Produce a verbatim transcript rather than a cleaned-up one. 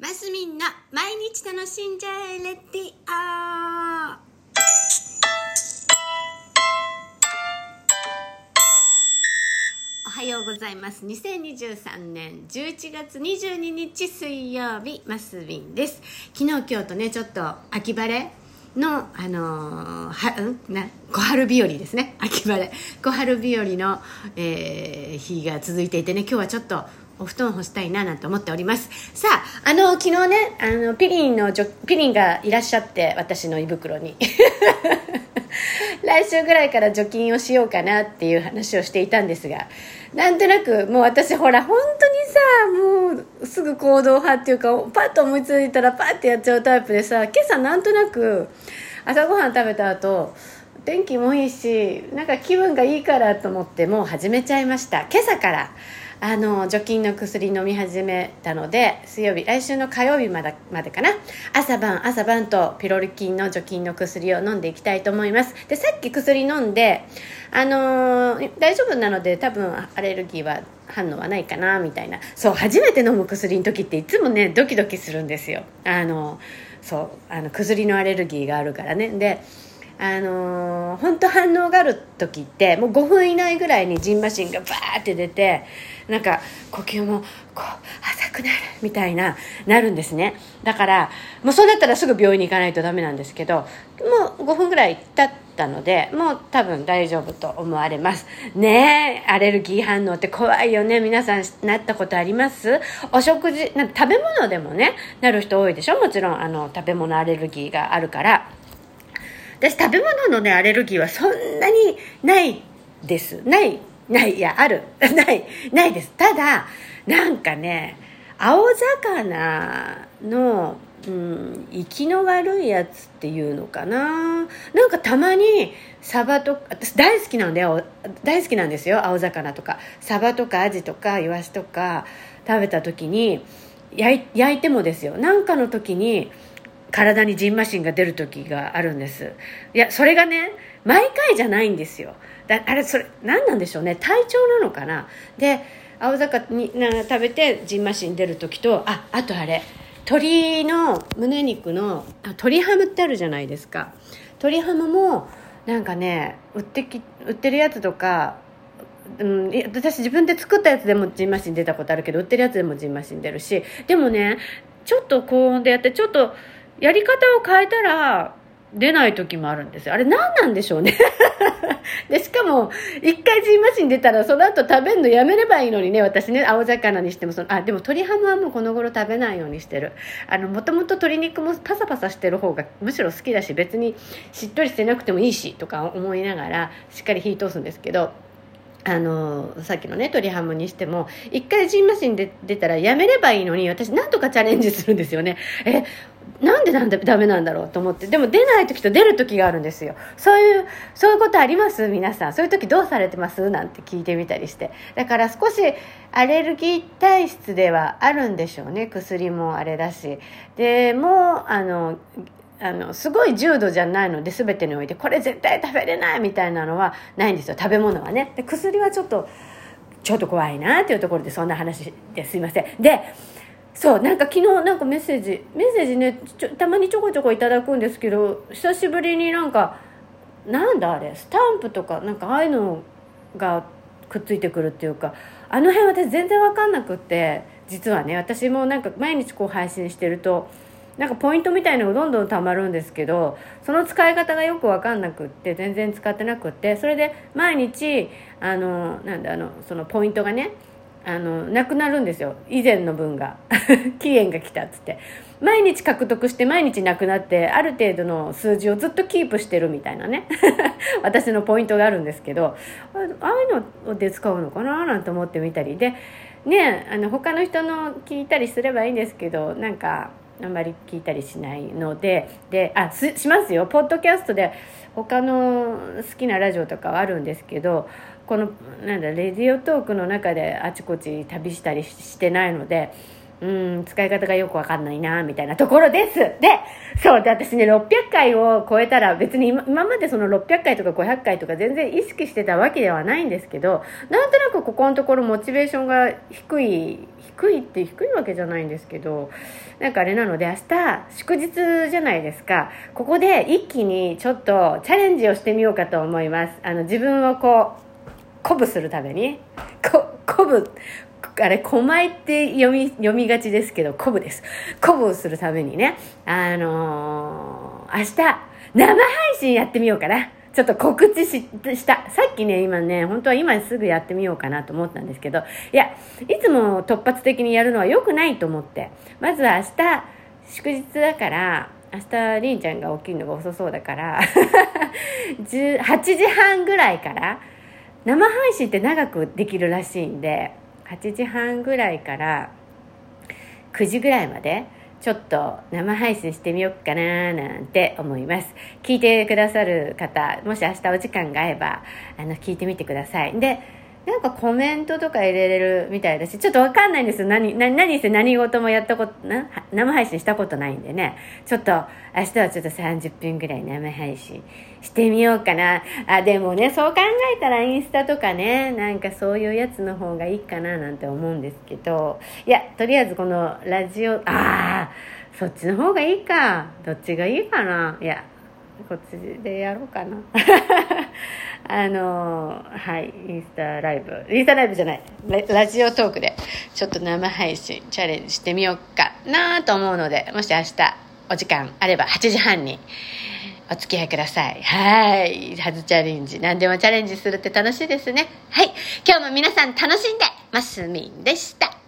マスミンの毎日楽しんじゃえレディオ。おはようございます。にせんにじゅうさんねんじゅういちがつにじゅうににち水曜日、マスミンです。昨日今日とねちょっと秋晴れのあのー、はんな小春日和ですね。秋晴れ小春日和の、えー、日が続いていてね、今日はちょっとお布団干したいななんて思っております。さあ、あの昨日ねあのピリンのピリンがいらっしゃって、私の胃袋に来週ぐらいから除菌をしようかなっていう話をしていたんですが、なんとなくもう私ほら本当にさ、もうすぐ行動派っていうか、パッと思いついたらパッてやっちゃうタイプでさ、今朝なんとなく朝ごはん食べた後天気もいいしなんか気分がいいからと思ってもう始めちゃいました。今朝からあの除菌の薬飲み始めたので、水曜日来週の火曜日まで、までかな、朝晩朝晩とピロリ菌の除菌の薬を飲んでいきたいと思います。でさっき薬飲んで、あのー、大丈夫なので多分アレルギーは反応はないかなみたいな。そう初めて飲む薬の時っていつもねドキドキするんですよ。あのそうあの薬のアレルギーがあるからね。であのー、本当反応がある時ってもうごふん以内ぐらいにジンマシンがバーって出て、なんか呼吸もこう浅くなるみたいななるんですね。だからもうそうなったらすぐ病院に行かないとダメなんですけど、もうごふんぐらい経ったのでもう多分大丈夫と思われますね。アレルギー反応って怖いよね。皆さんなったことあります？お食事なんか食べ物でもねなる人多いでしょ。もちろんあの食べ物アレルギーがあるから。私食べ物の、ね、アレルギーはそんなにないですないないいやあるないないです。ただなんかね青魚の、うん、生きの悪いやつっていうのかな、なんかたまにサバとか、私大好きなんだよ大好きなんですよ青魚とかサバとかアジとかイワシとか食べた時に焼い、焼いてもですよ、なんかの時に体にジンマシンが出る時があるんです。いやそれがね毎回じゃないんですよ。だあれそれ何なんでしょうね、体調なのかな。で青魚にな食べてジンマシン出る時と、ああとあれ鶏の胸肉の鶏ハムってあるじゃないですか。鶏ハムもなんかね売ってき売ってるやつとか、うん、私自分で作ったやつでもジンマシン出たことあるけど、売ってるやつでもジンマシン出るし、でもねちょっと高温でやってちょっとやり方を変えたら出ない時もあるんですよ。あれ何なんでしょうねでしかも一回ジンマシン出たらその後食べるのやめればいいのにね。私ね青魚にしてもそのあでも鶏ハムはもうこの頃食べないようにしてる。あのもともと鶏肉もパサパサしてる方がむしろ好きだし、別にしっとりしてなくてもいいしとか思いながらしっかり火通すんですけど、あのさっきのね鶏ハムにしても一回ジンマシンで出たらやめればいいのに、私何とかチャレンジするんですよね。えなんでなんでダメなんだろうと思って、でも出ない時と出る時があるんですよ。そういうそういうことあります？皆さんそういう時どうされてますなんて聞いてみたりして。だから少しアレルギー体質ではあるんでしょうね。薬もあれだし、でもうあのあのすごい重度じゃないので全てにおいてこれ絶対食べれないみたいなのはないんですよ。食べ物はね。で薬はちょっとちょっと怖いなっていうところでそんな話ですいません。でそうなんか昨日なんかメッセージメッセージねちょたまにちょこちょこいただくんですけど、久しぶりになんかなんだあれスタンプとかなんかああいうのがくっついてくるっていうか、あの辺私全然分かんなくって、実はね私もなんか毎日こう配信してるとなんかポイントみたいのがどんどんたまるんですけど、その使い方がよく分かんなくって全然使ってなくって、それで毎日あのなんだあのそのポイントがねあのなくなるんですよ。以前の分が期限が来たっつって毎日獲得して毎日なくなって、ある程度の数字をずっとキープしてるみたいなね私のポイントがあるんですけど、ああいうので使うのかななんて思ってみたりでね、あの他の人の聞いたりすればいいんですけど、なんかあんまり聞いたりしないので、であすしますよ。ポッドキャストで他の好きなラジオとかはあるんですけど、このなんだレディオトークの中であちこち旅したりしてないので、うん使い方がよく分かんないなみたいなところです。でそうで私ねろっぴゃっかいを超えたら別に 今, 今までそのろっぴゃっかいとかごひゃっかいとか全然意識してたわけではないんですけど、なんとなくここのところモチベーションが低い低いって低いわけじゃないんですけど、なんかあれなので明日祝日じゃないですか。ここで一気にちょっとチャレンジをしてみようかと思います。あの自分をこう鼓舞するために、こ鼓舞あれ狛江って読み読みがちですけど鼓舞です。鼓舞するためにね、あのー、明日生配信やってみようかな。ちょっと告知 し, したさっきね今ね本当は今すぐやってみようかなと思ったんですけど、いやいつも突発的にやるのは良くないと思って、まずは明日祝日だから、明日りんちゃんが起きるのが遅そうだからはちじはんぐらいから生配信って長くできるらしいんで、はちじはんぐらいからくじぐらいまでちょっと生配信してみようかななんて思います。聞いてくださる方、もし明日お時間が合えばあの聞いてみてください。でなんかコメントとか入れれるみたいだし、ちょっとわかんないんですよ。何何何せ何事もやったことな生配信したことないんでね、ちょっと明日はちょっとさんじゅっぷんぐらい生配信してみようかな。あでもね、そう考えたらインスタとかね、なんかそういうやつの方がいいかななんて思うんですけど、いやとりあえずこのラジオ、ああそっちの方がいいか。どっちがいいかな。いやこっちでやろうかなあのはいインスタライブインスタライブじゃないラ、ラジオトークでちょっと生配信チャレンジしてみようかなと思うので、もし明日お時間あればはちじはんにお付き合いください。はい、初チャレンジ、何でもチャレンジするって楽しいですね。はい、今日も皆さん楽しんでますみんでした。